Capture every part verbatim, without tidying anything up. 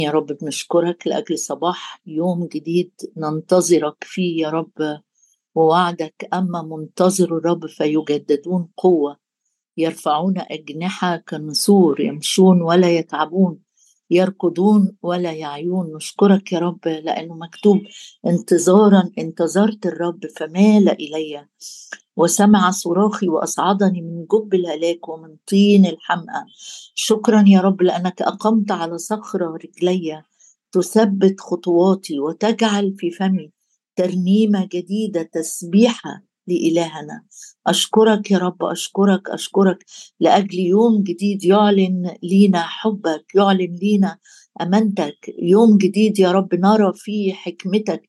يا رب بنشكرك لأجل صباح يوم جديد ننتظرك فيه يا رب، ووعدك أما منتظر الرب فيجددون قوة، يرفعون أجنحة كالنسور، يمشون ولا يتعبون، يركضون ولا يعيون. نشكرك يا رب لأنه مكتوب: انتظارا انتظرت الرب فمال إلي وسمع صراخي وأصعدني من جب الهلاك ومن طين الحمأة. شكرا يا رب لأنك أقمت على صخرة رجلي، تثبت خطواتي وتجعل في فمي ترنيمة جديدة، تسبيحة لإلهنا. أشكرك يا رب، أشكرك أشكرك لأجل يوم جديد يعلن لينا حبك، يعلن لينا أمانتك. يوم جديد يا رب نرى فيه حكمتك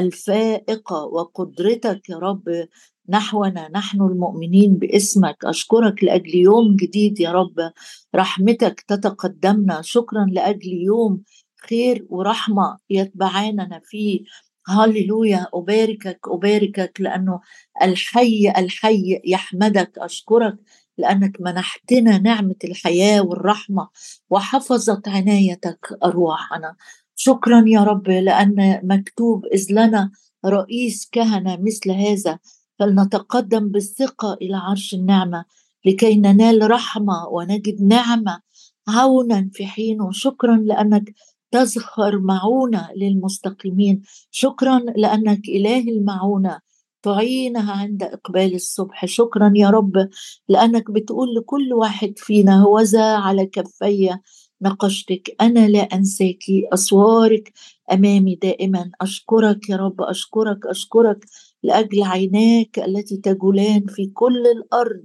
الفائقة وقدرتك يا رب نحونا نحن المؤمنين باسمك. أشكرك لأجل يوم جديد يا رب رحمتك تتقدمنا. شكرا لأجل يوم خير ورحمة يتبعاننا فيه. هاليلويا، أباركك أباركك لأنه الحي الحي يحمدك. أشكرك لأنك منحتنا نعمة الحياة والرحمة وحفظت عنايتك أرواحنا. شكرا يا رب لأن مكتوب: إذ لنا رئيس كهنة مثل هذا فلنتقدم بالثقة إلى عرش النعمة لكي ننال رحمة ونجد نعمة عونا في حينه. شكرا لأنك تزخر معونة للمستقيمين. شكرا لأنك إله المعونة تعينها عند إقبال الصبح. شكرا يا رب لأنك بتقول لكل واحد فينا: هوذا على كفي نقشتك، أنا لا أنساك، أسوارك أمامي دائما. أشكرك يا رب، أشكرك أشكرك لأجل عيناك التي تجولان في كل الأرض،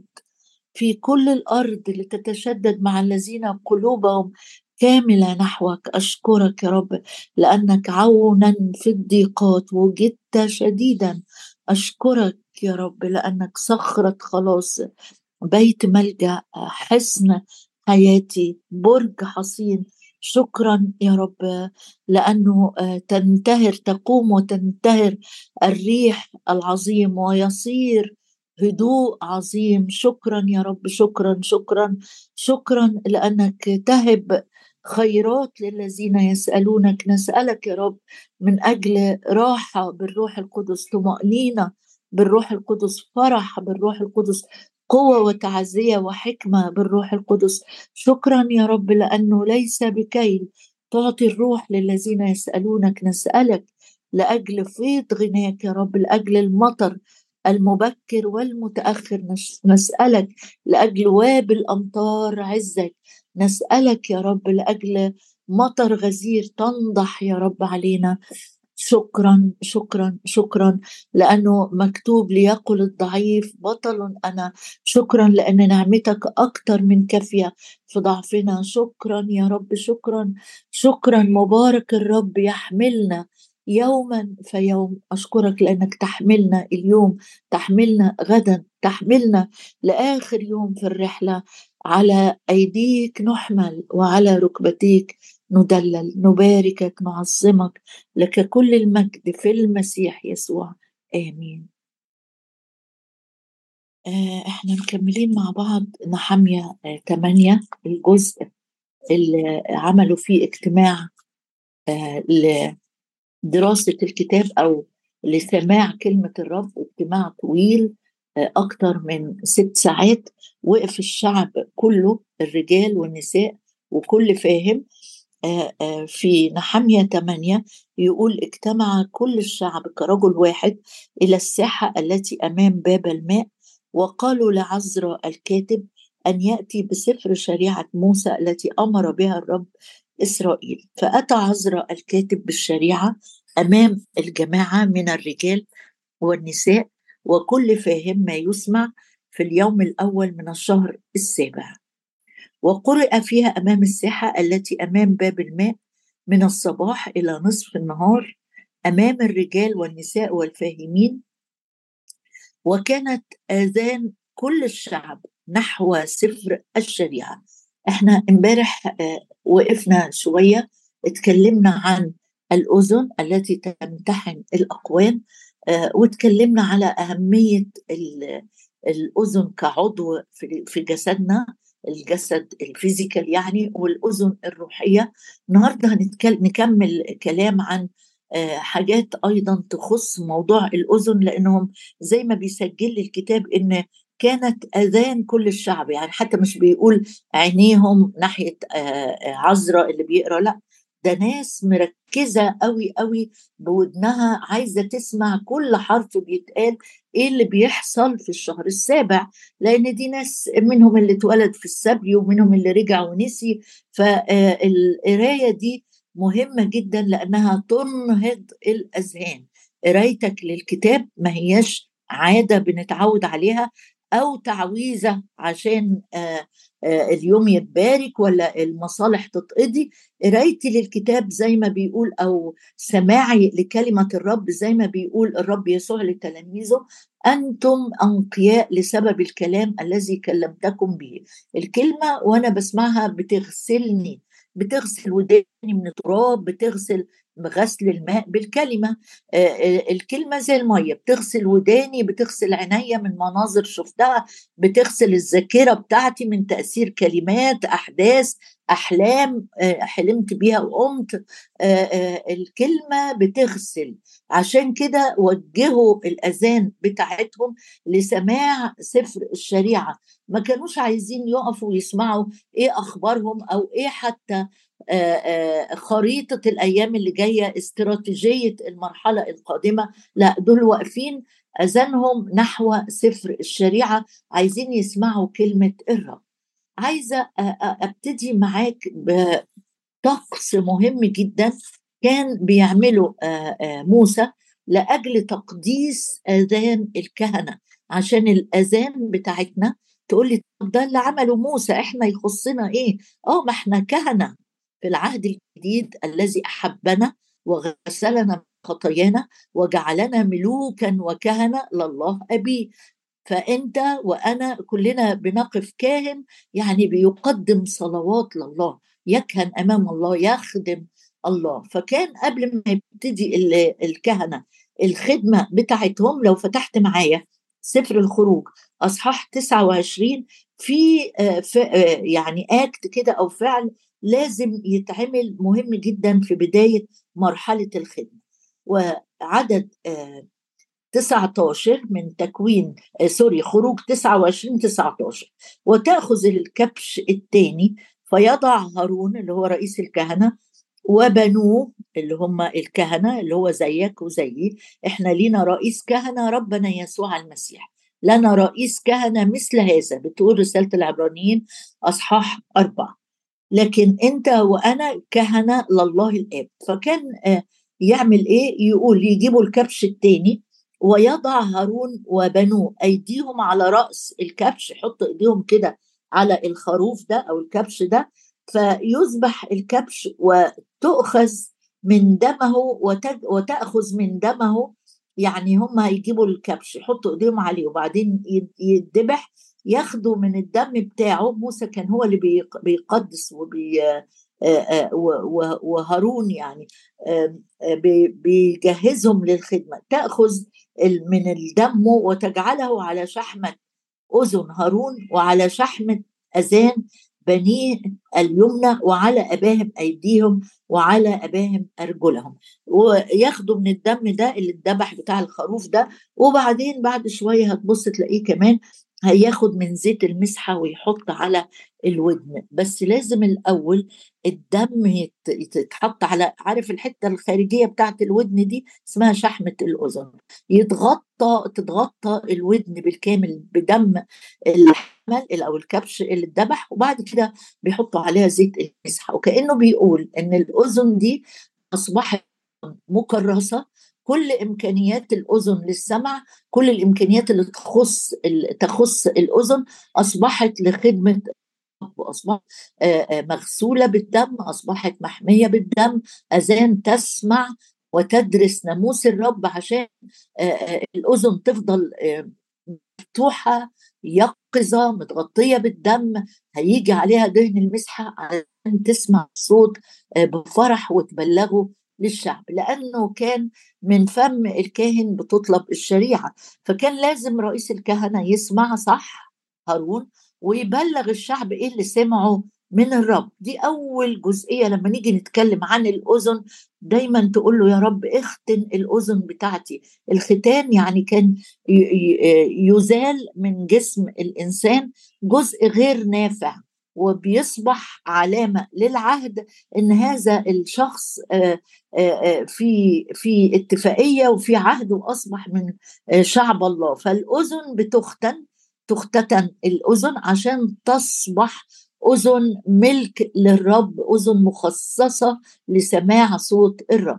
في كل الأرض لتتشدد مع الذين قلوبهم كاملة نحوك. أشكرك يا رب لأنك عونا في الضيقات وجدت شديدا. أشكرك يا رب لأنك صخرة خلاص، بيت ملجأ، حصن حياتي، برج حصين. شكرا يا رب لأنه تنتهر تقوم وتنتهر الريح العظيم ويصير هدوء عظيم. شكرا يا رب، شكرا شكرا شكرا لأنك تهب خيرات للذين يسألونك. نسألك يا رب من أجل راحة بالروح القدس، طمأنينة بالروح القدس، فرح بالروح القدس، قوة وتعزية وحكمة بالروح القدس. شكرا يا رب لأنه ليس بكيل تعطي الروح للذين يسألونك. نسألك لأجل فيض غناك يا رب، لأجل المطر المبكر والمتأخر. نسألك لأجل وابل أمطار عزك. نسألك يا رب لأجل مطر غزير تنضح يا رب علينا. شكرا شكرا شكرا لأنه مكتوب: ليقل الضعيف بطل أنا. شكرا لأن نعمتك أكتر من كافية في ضعفنا. شكرا يا رب، شكرا شكرا. مبارك الرب يحملنا يوما فيوم. أشكرك لأنك تحملنا اليوم، تحملنا غدا، تحملنا لآخر يوم في الرحلة. على أيديك نحمل وعلى ركبتيك ندلل. نباركك نعظمك، لك كل المجد في المسيح يسوع، آمين. آه احنا مكملين مع بعض نحمية آه ثمانية، الجزء اللي عملوا فيه اجتماع آه لدراسة الكتاب أو لسماع كلمة الرب. اجتماع طويل آه أكتر من ست ساعات. وقف الشعب كله، الرجال والنساء وكل فاهم. في نحمية ثمانية يقول: اجتمع كل الشعب كرجل واحد إلى الساحة التي أمام باب الماء، وقالوا لعزرا الكاتب أن يأتي بسفر شريعة موسى التي أمر بها الرب إسرائيل. فأتى عزرا الكاتب بالشريعة أمام الجماعة من الرجال والنساء وكل فاهم ما يسمع في اليوم الأول من الشهر السابع، وقرأ فيها أمام الساحة التي أمام باب الماء من الصباح إلى نصف النهار أمام الرجال والنساء والفاهمين. وكانت آذان كل الشعب نحو سفر الشريعة. احنا امبارح وقفنا شوية، اتكلمنا عن الأذن التي تمتحن الأقوال، واتكلمنا على أهمية الأذن كعضو في جسدنا، الجسد الفيزيكال يعني، والأذن الروحية. النهاردة هنتكلم نكمل كلام عن آه، حاجات أيضا تخص موضوع الأذن، لأنهم زي ما بيسجل الكتاب إن كانت أذان كل الشعب، يعني حتى مش بيقول عينيهم ناحية آه، آه، عذراء اللي بيقرأ، لا، ده ناس مركزة قوي قوي بودنها، عايزة تسمع كل حرف بيتقال، ايه اللي بيحصل في الشهر السابع، لان دي ناس منهم اللي اتولد في السبي ومنهم اللي رجع ونسي. فالقراية دي مهمة جدا لأنها تنهض الأذهان. قرايتك للكتاب ما هياش عادة بنتعود عليها أو تعويذة عشان آه، آه، اليوم يتبارك ولا المصالح تتقضي. قرايتي للكتاب زي ما بيقول، أو سماعي لكلمة الرب زي ما بيقول الرب يسوع لتلاميذه: أنتم أنقياء لسبب الكلام الذي كلمتكم به. الكلمة وأنا بسمعها بتغسلني، بتغسل وداني من التراب، بتغسل غسل الماء بالكلمة. آه، آه، الكلمة زي المية بتغسل وداني، بتغسل عينيا من مناظر شفتها، بتغسل الذاكرة بتاعتي من تأثير كلمات، أحداث، أحلام آه، حلمت بيها وقمت. آه، آه، الكلمة بتغسل. عشان كده وجهوا الأذان بتاعتهم لسماع سفر الشريعة، ما كانوش عايزين يقفوا يسمعوا ايه اخبارهم او ايه حتى آه، آه، خريطة الايام اللي جاية، استراتيجية المرحلة القادمة. لا، دول واقفين اذانهم نحو سفر الشريعة، عايزين يسمعوا كلمة الرب. عايزة أ- أ- ابتدي معاك بطقس مهم جدا كان بيعمله آه، آه، موسى لأجل تقديس آذان الكهنة. عشان الآذان بتاعتنا تقول لي طب ده اللي عمله موسى، احنا يخصنا ايه؟ اه، ما احنا كهنة في العهد الجديد الذي أحبنا وغسلنا من خطايانا وجعلنا ملوكا وكهنة لله أبيه. فأنت وأنا كلنا بنقف كاهن، يعني بيقدم صلوات لله، يكهن أمام الله، يخدم الله. فكان قبل ما يبتدي ال- الكهنة الخدمة بتاعتهم، لو فتحت معايا سفر الخروج أصحاح تسعة وعشرين، في آه، ف- آه، يعني آكت كده أو فعل لازم يتعمل مهم جدا في بداية مرحلة الخدمة. وعدد آه، تسعة عشر من تكوين آه سوري خروج تسعة وعشرين تسعة عشر: وتأخذ الكبش الثاني فيضع هارون اللي هو رئيس الكهنة وبنوه اللي هم الكهنة، اللي هو زيك وزيي، احنا لينا رئيس كهنة ربنا يسوع المسيح، لنا رئيس كهنة مثل هذا، بتقول رسالة العبرانيين أصحاح أربعة. لكن انت وانا كهنة لله الاب. فكان آه، يعمل ايه؟ يقول يجيبوا الكبش التاني ويضع هارون وبنوه ايديهم على رأس الكبش، يحط ايديهم كده على الخروف ده او الكبش ده، فيذبح الكبش وتؤخذ من دمه وتج... وتأخذ من دمه. يعني هم هيجيبوا الكبش يحطوا ايديهم عليه وبعدين يد- يتذبح، ياخدوا من الدم بتاعه. موسى كان هو اللي بيق- بيقدس وبي آه، آه، و- و- وهارون يعني آم، آه، بي- بيجهزهم للخدمة. تأخذ ال- من الدم وتجعله على شحمة أذن هارون وعلى شحمة أذان بنيه اليمنى وعلى أباهم أيديهم وعلى أباهم أرجلهم، وياخدوا من الدم ده اللي اتذبح بتاع الخروف ده. وبعدين بعد شوية هتبص تلاقيه كمان هياخد من زيت المسحة ويحط على الودن. بس لازم الأول الدم يت- يتحط على، عارف الحتة الخارجية بتاعت الودن دي اسمها شحمة الأذن، يتغطى تتغطى الودن بالكامل بدم الحمل او الكبش اللي اتذبح، وبعد كده بيحطوا عليها زيت المسحه. وكانه بيقول ان الاذن دي اصبحت مكرسه، كل امكانيات الاذن للسمع، كل الامكانيات اللي تخص تخص الاذن اصبحت لخدمه، واصبحت آه، آه، مغسوله بالدم، اصبحت محميه بالدم. اذان تسمع وتدرس ناموس الرب عشان آه، آه، الاذن تفضل آه، مفتوحه يقظه متغطيه بالدم، هيجي عليها دهن المسحه عشان تسمع الصوت آه، بفرح وتبلغه للشعب، لانه كان من فم الكاهن بتطلب الشريعه. فكان لازم رئيس الكهنه يسمع صح هارون، ويبلغ الشعب إيه اللي سمعه من الرب. دي أول جزئية. لما نيجي نتكلم عن الأذن دايما تقول له يا رب اختن الأذن بتاعتي. الختان يعني كان يزال من جسم الإنسان جزء غير نافع، وبيصبح علامة للعهد إن هذا الشخص في في اتفاقية وفي عهد وأصبح من شعب الله. فالأذن بتختن، تختتن الأذن عشان تصبح أذن ملك للرب، أذن مخصصة لسماع صوت الرب.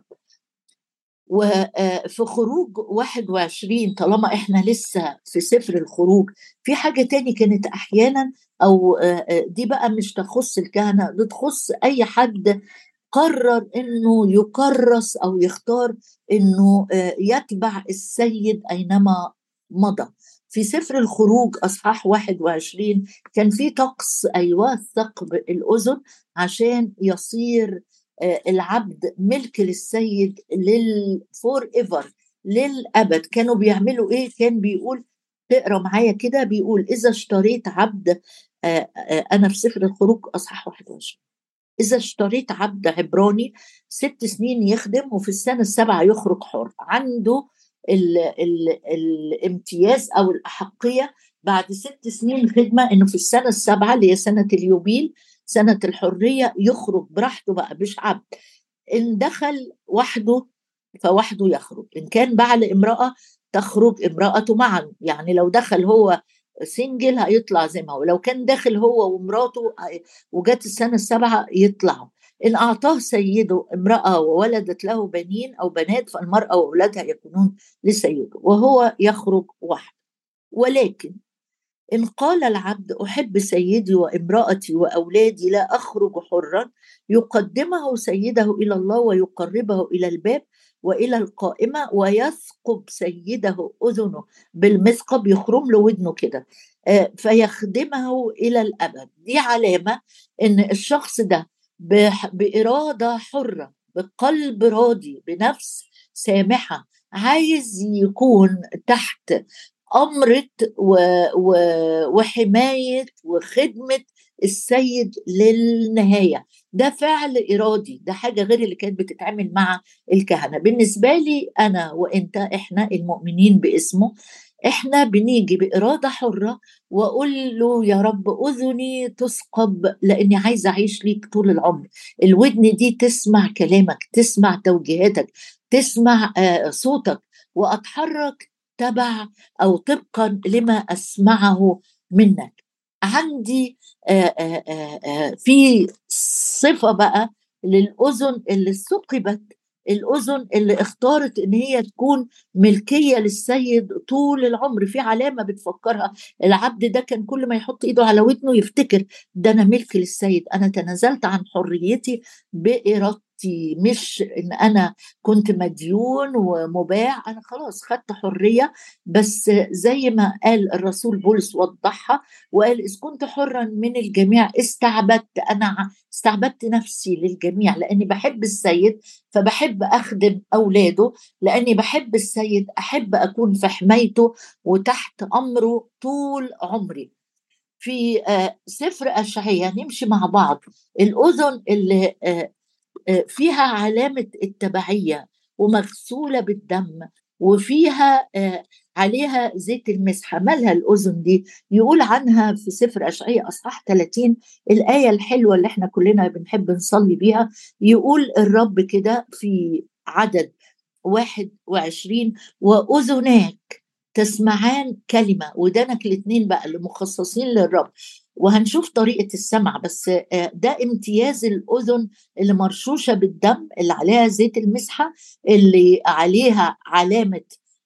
وفي خروج واحد وعشرين، طالما احنا لسه في سفر الخروج، في حاجة تاني كانت أحيانا، أو دي بقى مش تخص الكهنة، دي تخص أي حد قرر انه يكرس او يختار انه يتبع السيد اينما مضى. في سفر الخروج اصحاح واحد وعشرين كان في طقس ايوه ثقب الاذن عشان يصير العبد ملك للسيد للفور ايفر، للابد. كانوا بيعملوا ايه؟ كان بيقول، تقرا معايا كده، بيقول اذا اشتريت عبد، انا في سفر الخروج اصحاح واحد وعشرين، إذا اشتريت عبد عبراني ست سنين يخدم وفي السنة السابعة يخرج حر، عنده ال ال الامتياز أو الأحقية بعد ست سنين خدمة إنه في السنة السابعة اللي هي سنة اليوبيل، سنة الحرية، يخرج براحته بقى، مش عبد. إن دخل وحده فوحده يخرج، إن كان بعل امرأة تخرج امرأته معا. يعني لو دخل هو سنجل هيطلع زي ما هو، لو كان داخل هو ومراته وجات السنة السابعة يطلعوا. إن أعطاه سيده امرأة وولدت له بنين أو بنات فالمرأة وأولادها يكونون لسيده وهو يخرج وحده. ولكن إن قال العبد أحب سيدي وامرأتي وأولادي لا أخرج حرا، يقدمه سيده إلى الله ويقربه إلى الباب وإلى القائمة ويثقب سيده أذنه بالمثقب، يخرم له ودنه كده فيخدمه إلى الأبد. دي علامة إن الشخص ده بإرادة حرة، بقلب راضي، بنفس سامحة، عايز يكون تحت أمرة و... و... وحماية وخدمة السيد للنهاية. ده فعل إرادي، ده حاجة غير اللي كانت بتتعامل مع الكهنة. بالنسبة لي أنا وإنت، إحنا المؤمنين باسمه، إحنا بنيجي بإرادة حرة وأقول له يا رب أذني تثقب لأني عايزة أعيش ليك طول العمر. الودن دي تسمع كلامك، تسمع توجيهاتك، تسمع آه صوتك، وأتحرك تبع أو طبقا لما أسمعه منك. عندي آآ آآ آآ في صفة بقى للأذن اللي ثقبت، الأذن اللي اختارت إن هي تكون ملكية للسيد طول العمر. في علامة بتفكرها، العبد ده كان كل ما يحط إيده على ودنه يفتكر ده أنا ملك للسيد، أنا تنازلت عن حريتي بإرادتي، مش إن أنا كنت مديون ومباع، أنا خلاص خدت حرية. بس زي ما قال الرسول بولس وضحها وقال إذ كنت حرا من الجميع استعبدت، أنا استعبدت نفسي للجميع لأني بحب السيد، فبحب أخدم أولاده، لأني بحب السيد أحب أكون في حمايته وتحت أمره طول عمري. في سفر أشعياء نمشي مع بعض، الأذن اللي فيها علامة التبعية ومغسولة بالدم وفيها عليها زيت المسحة، مالها الأذن دي؟ يقول عنها في سفر أشعياء أصحاح ثلاثين الآية الحلوة اللي احنا كلنا بنحب نصلي بيها. يقول الرب كده في عدد واحد وعشرين وأذناك تسمعان كلمة، ودانك الاثنين بقى اللي مخصصين للرب. وهنشوف طريقة السمع، بس ده امتياز الأذن اللي مرشوشة بالدم، اللي عليها زيت المسحة، اللي عليها علامة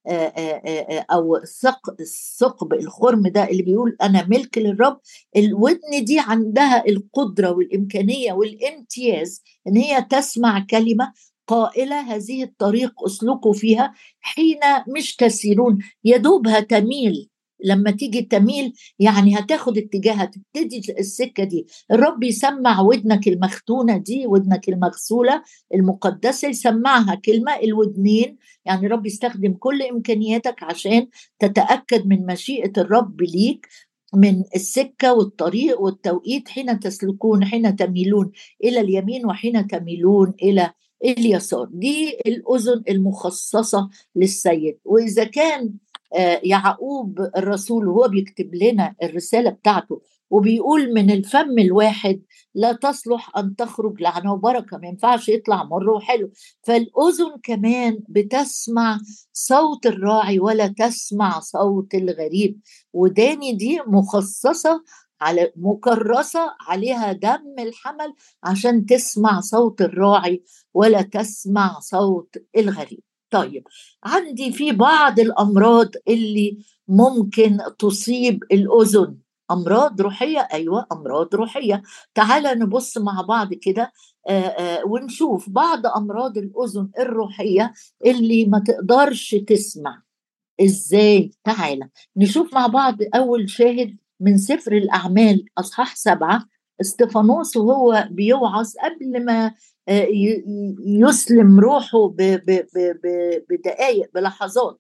أو الثقب الخرم ده اللي بيقول أنا ملك للرب. الودن دي عندها القدرة والإمكانية والامتياز إن هي تسمع كلمة قائلة هذه الطريق أسلكوا فيها حين مش تسيرون، يدوبها تميل. لما تيجي تميل يعني هتاخد اتجاهها، تبتدي السكة دي. الرب يسمع ودنك المختونة دي، ودنك المغسولة المقدسة، يسمعها كلمة. الودنين يعني الرب يستخدم كل إمكانياتك عشان تتأكد من مشيئة الرب ليك. من السكة والطريق والتوقيت، حين تسلكون، حين تميلون إلى اليمين وحين تميلون إلى اليسار. دي الأذن المخصصة للسيد. وإذا كان آه، يعقوب الرسول وهو بيكتب لنا الرسالة بتاعته وبيقول من الفم الواحد لا تصلح أن تخرج لعنة وبركة، ما ينفعش يطلع مر وحلو. فالأذن كمان بتسمع صوت الراعي ولا تسمع صوت الغريب. وداني دي مخصصة، على مكرسة عليها دم الحمل عشان تسمع صوت الراعي ولا تسمع صوت الغريب. طيب، عندي في بعض الأمراض اللي ممكن تصيب الأذن. أمراض روحية، أيوة أمراض روحية. تعال نبص مع بعض كده آه، آه، ونشوف بعض أمراض الأذن الروحية اللي ما تقدرش تسمع. إزاي؟ تعالى نشوف مع بعض. أول شاهد من سفر الأعمال أصحاح سبعة، استفانوس وهو بيوعظ قبل ما آه، ي- ي- يسلم روحه ب- ب- ب- ب- بدقائق، بلحظات،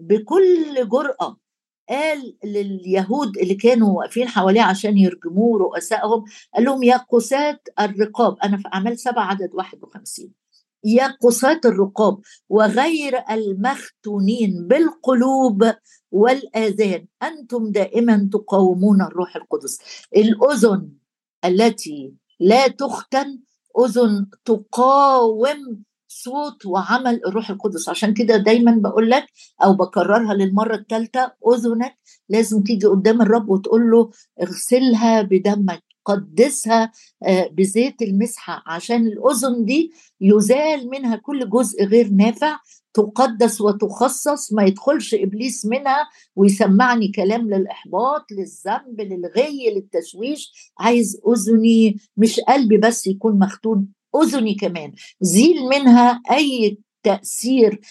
بكل جرأة قال لليهود اللي كانوا واقفين حواليه عشان يرجموه رؤسائهم، قال لهم يا قساة الرقاب. أنا في أعمال سبعة عدد واحد وخمسين. يا قساة الرقاب وغير المختونين بالقلوب والآذان، أنتم دائما تقاومون الروح القدس. الأذن التي لا تختن أذن تقاوم صوت وعمل الروح القدس. عشان كده دايما بقول لك أو بكررها للمرة الثالثة، أذنك لازم تيجي قدام الرب وتقول له اغسلها بدمك، قدسها آه، بزيت المسحة، عشان الأذن دي يزال منها كل جزء غير نافع، تقدس وتخصص، ما يدخلش إبليس منها ويسمعني كلام للإحباط، للذنب، للغي، للتشويش. عايز أذني مش قلبي بس يكون مختون، أذني كمان زيل منها أي تأثير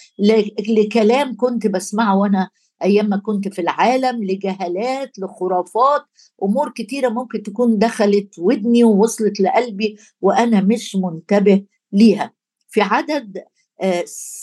لكلام كنت بسمعه وأنا أيام ما كنت في العالم، لجهالات، لخرافات، أمور كتيرة ممكن تكون دخلت ودني ووصلت لقلبي وأنا مش منتبه ليها. في عدد آه،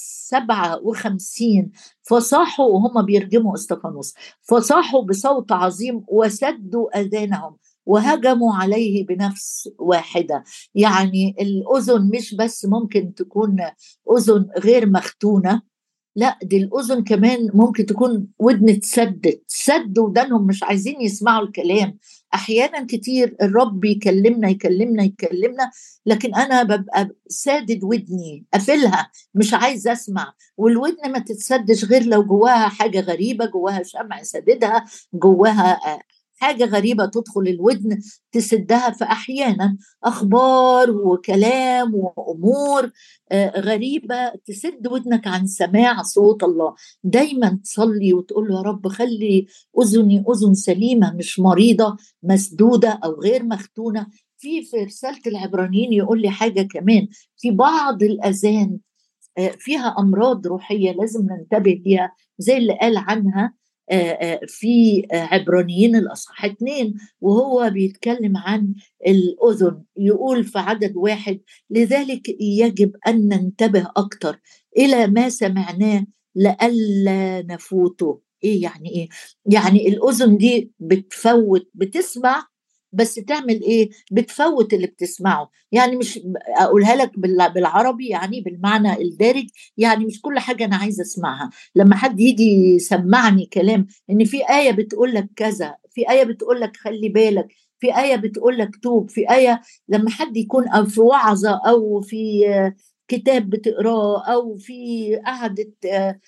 سبعة وخمسين، فصاحوا وهم بيرجموا استفانوس، فصاحوا بصوت عظيم وسدوا أذانهم وهجموا عليه بنفس واحدة. يعني الأذن مش بس ممكن تكون أذن غير مختونة، لا دي الأذن كمان ممكن تكون ودن تسدد سد ودانهم مش عايزين يسمعوا الكلام. أحيانا كتير الرب يكلمنا يكلمنا يكلمنا، لكن أنا ببقى سادد ودني قافلها، مش عايز أسمع. والودن ما تتسدش غير لو جواها حاجة غريبة، جواها شمع سددها، جواها آه، حاجة غريبة تدخل الودن تسدها. فأحيانا أخبار وكلام وأمور آه، غريبة تسد ودنك عن سماع صوت الله. دايما تصلي وتقول له يا رب خلي أذني أذن سليمة، مش مريضة مسدودة أو غير مختونة. في في رسالة العبرانيين يقول لي حاجة كمان، في بعض الأذان آه، فيها أمراض روحية لازم ننتبه ليها، زي اللي قال عنها آه، آه، في آه، عبرانيين الأصحاح اتنين وهو بيتكلم عن الأذن. يقول في عدد واحد: لذلك يجب أن ننتبه أكتر إلى ما سمعناه لئلا نفوته. إيه يعني إيه؟ يعني الأذن دي بتفوت، بتسمع بس تعمل إيه؟ بتفوت اللي بتسمعه. يعني مش اقولها لك بال- بالعربي، يعني بالمعنى الدارج، يعني مش كل حاجه انا عايزه اسمعها. لما حد يجي يسمعني كلام ان في ايه بتقول لك كذا، في ايه بتقول لك خلي بالك، في ايه بتقول لك توب، في ايه، لما حد يكون او في وعظه او في آه، كتاب بتقراه او في قعده آه،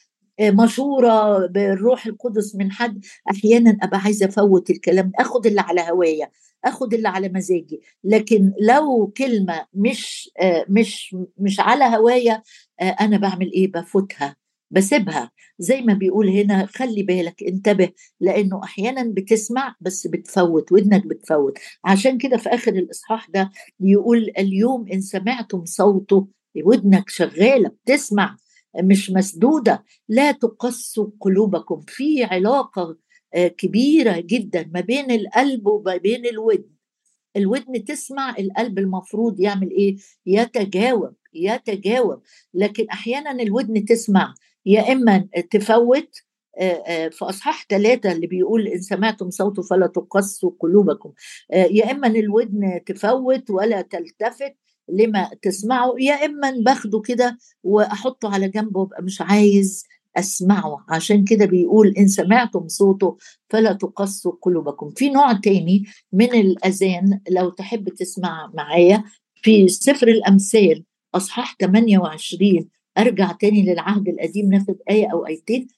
مشورة بالروح القدس من حد، أحيانا أبقى عايزة أفوت الكلام، أخد اللي على هوايا، أخد اللي على مزاجي. لكن لو كلمة مش آه، مش مش على هوايا، آه، أنا بعمل إيه؟ بفوتها، بسيبها. زي ما بيقول هنا خلي بالك، انتبه، لأنه أحيانا بتسمع بس بتفوت، ودنك بتفوت. عشان كده في آخر الإصحاح ده يقول اليوم إن سمعتم صوته، ودنك شغالة بتسمع مش مسدودة. لا تقسوا قلوبكم. في علاقة آه، كبيرة جدا ما بين القلب وما بين الودن. الودن تسمع، القلب المفروض يعمل ايه؟ يتجاوب يتجاوب. لكن احيانا الودن تسمع يا اما تفوت في أصحاح ثلاثة اللي بيقول إن سمعتم صوته فلا تقسوا قلوبكم. يا إما الودن تفوت ولا تلتفت لما تسمعه، يا إما باخده كده وأحطه على جنب وابقى مش عايز أسمعه. عشان كده بيقول إن سمعتم صوته فلا تقسوا قلوبكم. في نوع تاني من الأذان لو تحب تسمع معايا في سفر الأمثال أصحاح ثمانية وعشرين. أرجع تاني للعهد القديم ناخد آية أو آيتين.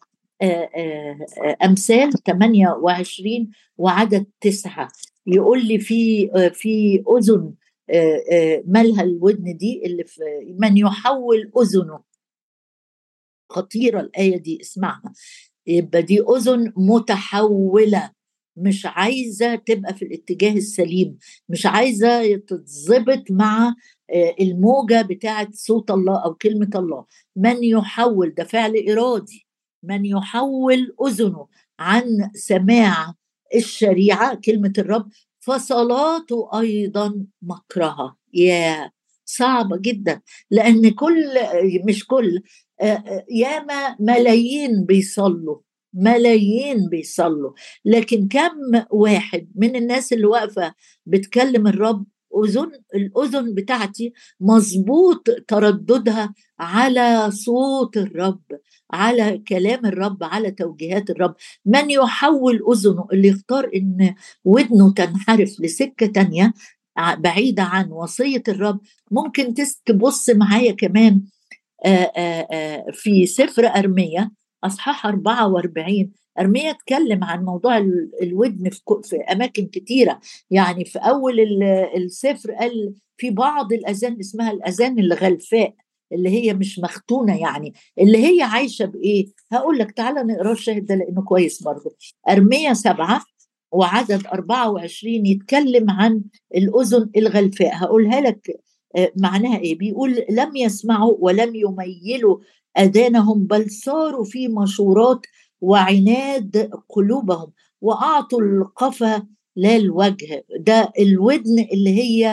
أمثال ثمانية وعشرين وعدد تسعة يقول لي في في أذن مالها الودن دي اللي في من يحول أذنه. خطيرة الآية دي، اسمعها. يبقى دي أذن متحولة، مش عايزة تبقى في الاتجاه السليم، مش عايزة تتظبط مع الموجة بتاعة صوت الله أو كلمة الله. من يحول، ده فعل إرادي، من يحول أذنه عن سماع الشريعة كلمة الرب فصلاته أيضا مكرهة. يا صعبة جدا، لأن كل مش كل ياما ملايين بيصلوا، ملايين بيصلوا، لكن كم واحد من الناس اللي واقفة بتكلم الرب أذن الأذن بتاعتي مظبوط ترددها على صوت الرب، على كلام الرب، على توجيهات الرب. من يحول أذنه، اللي يختار إن ودنه تنحرف لسكة تانية بعيدة عن وصية الرب. ممكن تبص معايا كمان آآ آآ في سفر أرميا أصحاح أربعة وأربعين. أرميا اتكلم عن موضوع الودن في, في أماكن كتيرة. يعني في أول السفر قال في بعض الأذان اسمها الأذان الغلفاء، اللي هي مش مختونة، يعني اللي هي عايشة بإيه. هقول لك تعالى نقرأ الشاهد ده لأنه كويس برضه. أرميا سبعة وعدد أربعة وعشرين يتكلم عن الأذن الغلفاء. هقولها لك معناها ايه. بيقول لم يسمعوا ولم يميلوا اذانهم، بل صاروا في مشورات وعناد قلوبهم، واعطوا القفا لا الوجه. ده الودن اللي هي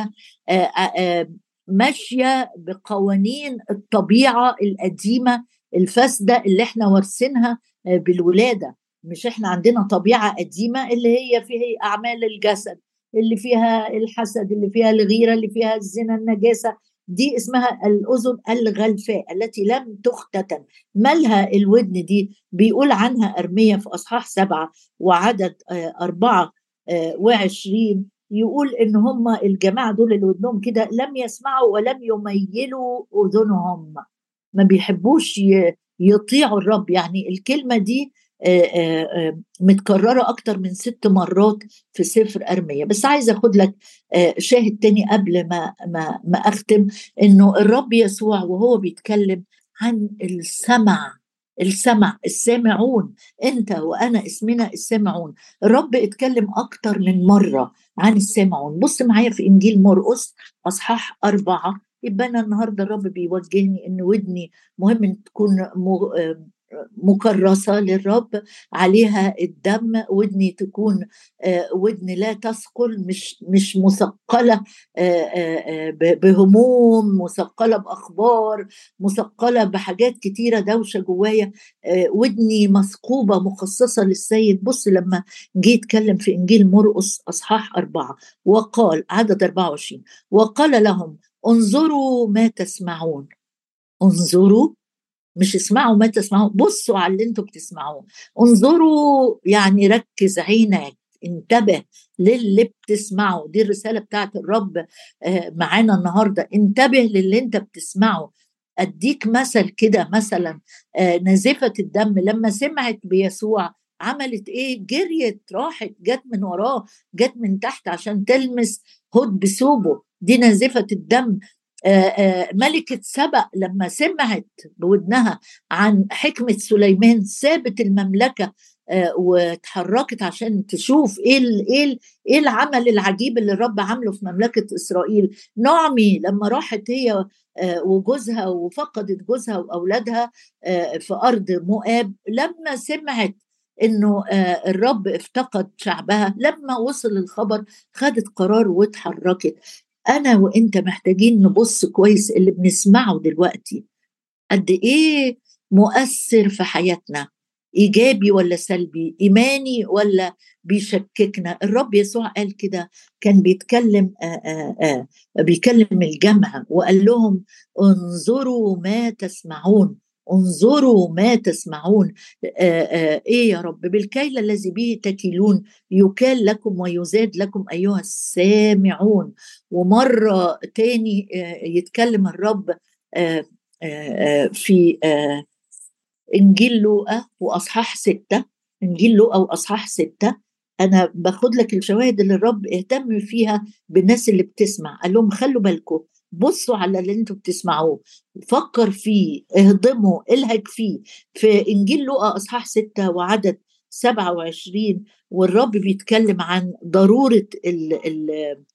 ماشيه بقوانين الطبيعه القديمه الفاسده اللي احنا وارثينها بالولاده. مش احنا عندنا طبيعه قديمه اللي هي فيها اعمال الجسد، اللي فيها الحسد، اللي فيها الغيرة، اللي فيها الزنا، النجاسة. دي اسمها الأذن الغلفاء التي لم تختتن. مالها الودن دي؟ بيقول عنها أرميا في أصحاح سبعة وعدد أربعة وعشرين. يقول إن هم الجماعة دول اللي ودنهم كده لم يسمعوا ولم يميلوا أذنهم، ما بيحبوش يطيعوا الرب. يعني الكلمة دي آآ آآ متكررة أكتر من ست مرات في سفر أرميا. بس عايزة أخد لك شاهد تاني قبل ما, ما, ما أختم. إنه الرب يسوع وهو بيتكلم عن السمع، السمع السامعون، أنت وأنا اسمنا السامعون. الرب اتكلم أكتر من مرة عن السامعون. بص معايا في إنجيل مرقس أصحاح أربعة. يبقى أنا النهاردة الرب بيوجهني إن ودني مهم إن تكون مكرسة للرب، عليها الدم. ودني تكون ودن لا تثقل، مش مش مثقلة بهموم، مثقلة بأخبار، مثقلة بحاجات كتيرة دوشة جوايا. ودني مثقوبة مخصصة للسيد. بص لما جه يتكلم في إنجيل مرقس أصحاح أربعة وقال عدد أربعة وعشرين وقال لهم انظروا ما تسمعون. انظروا، مش اسمعوا ما تسمعوا، بصوا على اللي انتوا بتسمعوه. انظروا يعني ركز عينك، انتبه للي بتسمعه. دي الرسالة بتاعت الرب معانا النهاردة. انتبه للي انت بتسمعه. اديك مثل كده، مثلا نازفة الدم لما سمعت بيسوع عملت ايه؟ جريت، راحت، جت من وراه، جت من تحت عشان تلمس هد بثوبه. دي نازفة الدم. آآ آآ ملكة سبأ لما سمعت بودنها عن حكمة سليمان سابت المملكة وتحركت عشان تشوف ايه ايه ايه العمل العجيب اللي الرب عمله في مملكة إسرائيل. نعمي لما راحت هي وجوزها وفقدت جوزها وأولادها في أرض مؤاب، لما سمعت إنه الرب افتقد شعبها، لما وصل الخبر خدت قرار وتحركت. أنا وإنت محتاجين نبص كويس اللي بنسمعه دلوقتي قد إيه مؤثر في حياتنا، إيجابي ولا سلبي، إيماني ولا بيشككنا. الرب يسوع قال كده، كان بيتكلم آآ آآ بيكلم الجمع وقال لهم انظروا ما تسمعون، انظروا ما تسمعون. آآ آآ إيه يا رب؟ بالكيل الذي به تكيلون يكال لكم ويزاد لكم أيها السامعون. ومرة تاني آآ يتكلم الرب آآ آآ في آآ إنجيل لوقا وأصحاح ستة، إنجيل لوقا وأصحاح ستة. أنا باخد لك الشواهد اللي الرب اهتم فيها بالناس اللي بتسمع. قال لهم خلوا بالكم، بصوا على اللي انتوا بتسمعوه، فكر فيه، اهضمه، الهج فيه. في إنجيل لوقا أصحاح ستة وعدد سبعة وعشرين، والرب بيتكلم عن ضرورة ال ال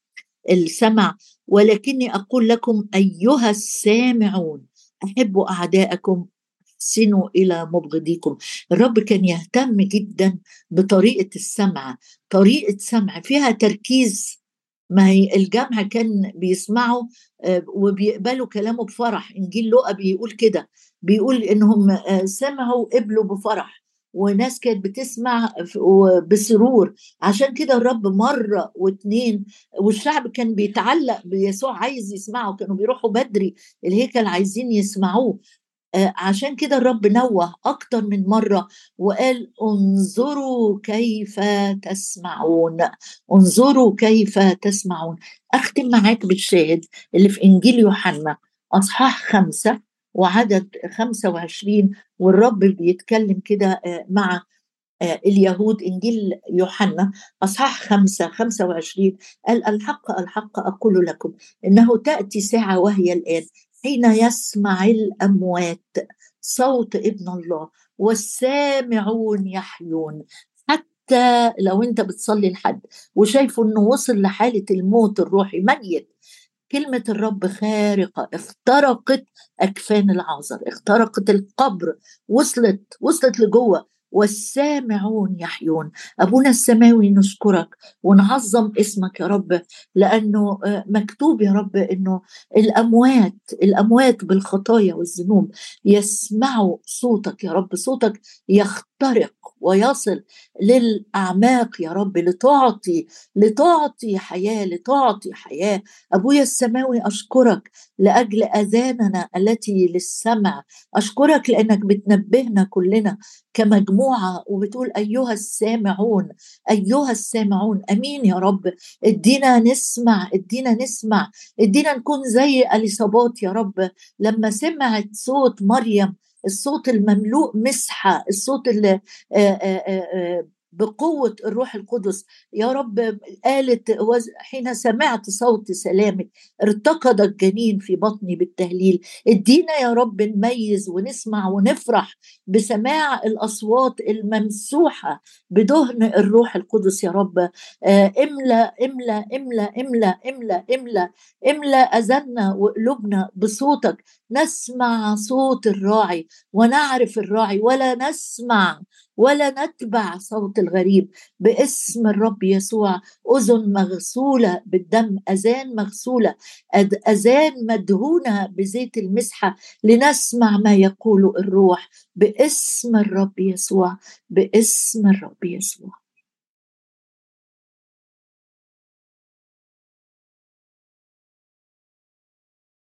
السمع. ولكني أقول لكم أيها السامعون أحبوا أعداءكم، احسنوا إلى مبغضيكم. الرب كان يهتم جدا بطريقة السمع، طريقة سمع فيها تركيز. ما هي الجمع كان بيسمعوا آه، وبيقبلوا كلامه بفرح. إنجيل لوقا بيقول كده، بيقول إنهم آه، سمعوا قبلوا بفرح، وناس كانت بتسمع ف- بسرور. عشان كده الرب مرة واتنين، والشعب كان بيتعلق بيسوع، عايز يسمعه، كانوا بيروحوا بدري الهيكل عايزين يسمعوه. آه، عشان كده الرب نوه أكتر من مرة وقال انظروا كيف تسمعون، انظروا كيف تسمعون. أختم معاك بالشاهد اللي في إنجيل يوحنا أصحاح خمسة وعدد خمسة وعشرين. والرب بيتكلم كده آه، مع آه، اليهود. إنجيل يوحنا أصحاح خمسة خمسة وعشرين، قال الحق الحق أقول لكم إنه تأتي ساعة وهي الآن حين يسمع الأموات صوت ابن الله والسامعون يحيون. حتى لو أنت بتصلي لحد وشايفه إنه وصل لحالة الموت الروحي، ميت، كلمة الرب خارقة، اخترقت أكفان العازر، اخترقت القبر، وصلت وصلت لجوه. والسامعون يحيون. أبونا السماوي نشكرك ونعظم اسمك يا رب، لأنه آه، مكتوب يا رب أنه الأموات الأموات بالخطايا والذنوب يسمعوا صوتك يا رب، صوتك يخترق ويصل للأعماق يا رب، لتعطي لتعطي حياة، لتعطي حياة. أبويا السماوي أشكرك لأجل أذاننا التي للسمع، أشكرك لأنك بتنبهنا كلنا كمجموعة وبتقول أيها السامعون، أيها السامعون. أمين يا رب، ادينا نسمع، ادينا نسمع، ادينا نكون زي أليصابات يا رب لما سمعت صوت مريم، الصوت المملوء مسحة، الصوت اللي آآ آآ آآ بقوة الروح القدس يا رب. قالت وز- حين سمعت صوت سلامك ارتقد الجنين في بطني بالتهليل. ادينا يا رب نميز ونسمع ونفرح بسماع الأصوات الممسوحة بدهن الروح القدس يا رب. آه، املا املا املا املا املا املا املا أذنا وقلوبنا بصوتك، نسمع صوت الراعي ونعرف الراعي، ولا نسمع ولا نتبع صوت الغريب. باسم الرب يسوع، أذن مغسولة بالدم، أذان مغسولة، أد- أذان مدهونة بزيت المسحة، لنسمع ما يقول الروح باسم الرب يسوع، باسم الرب يسوع.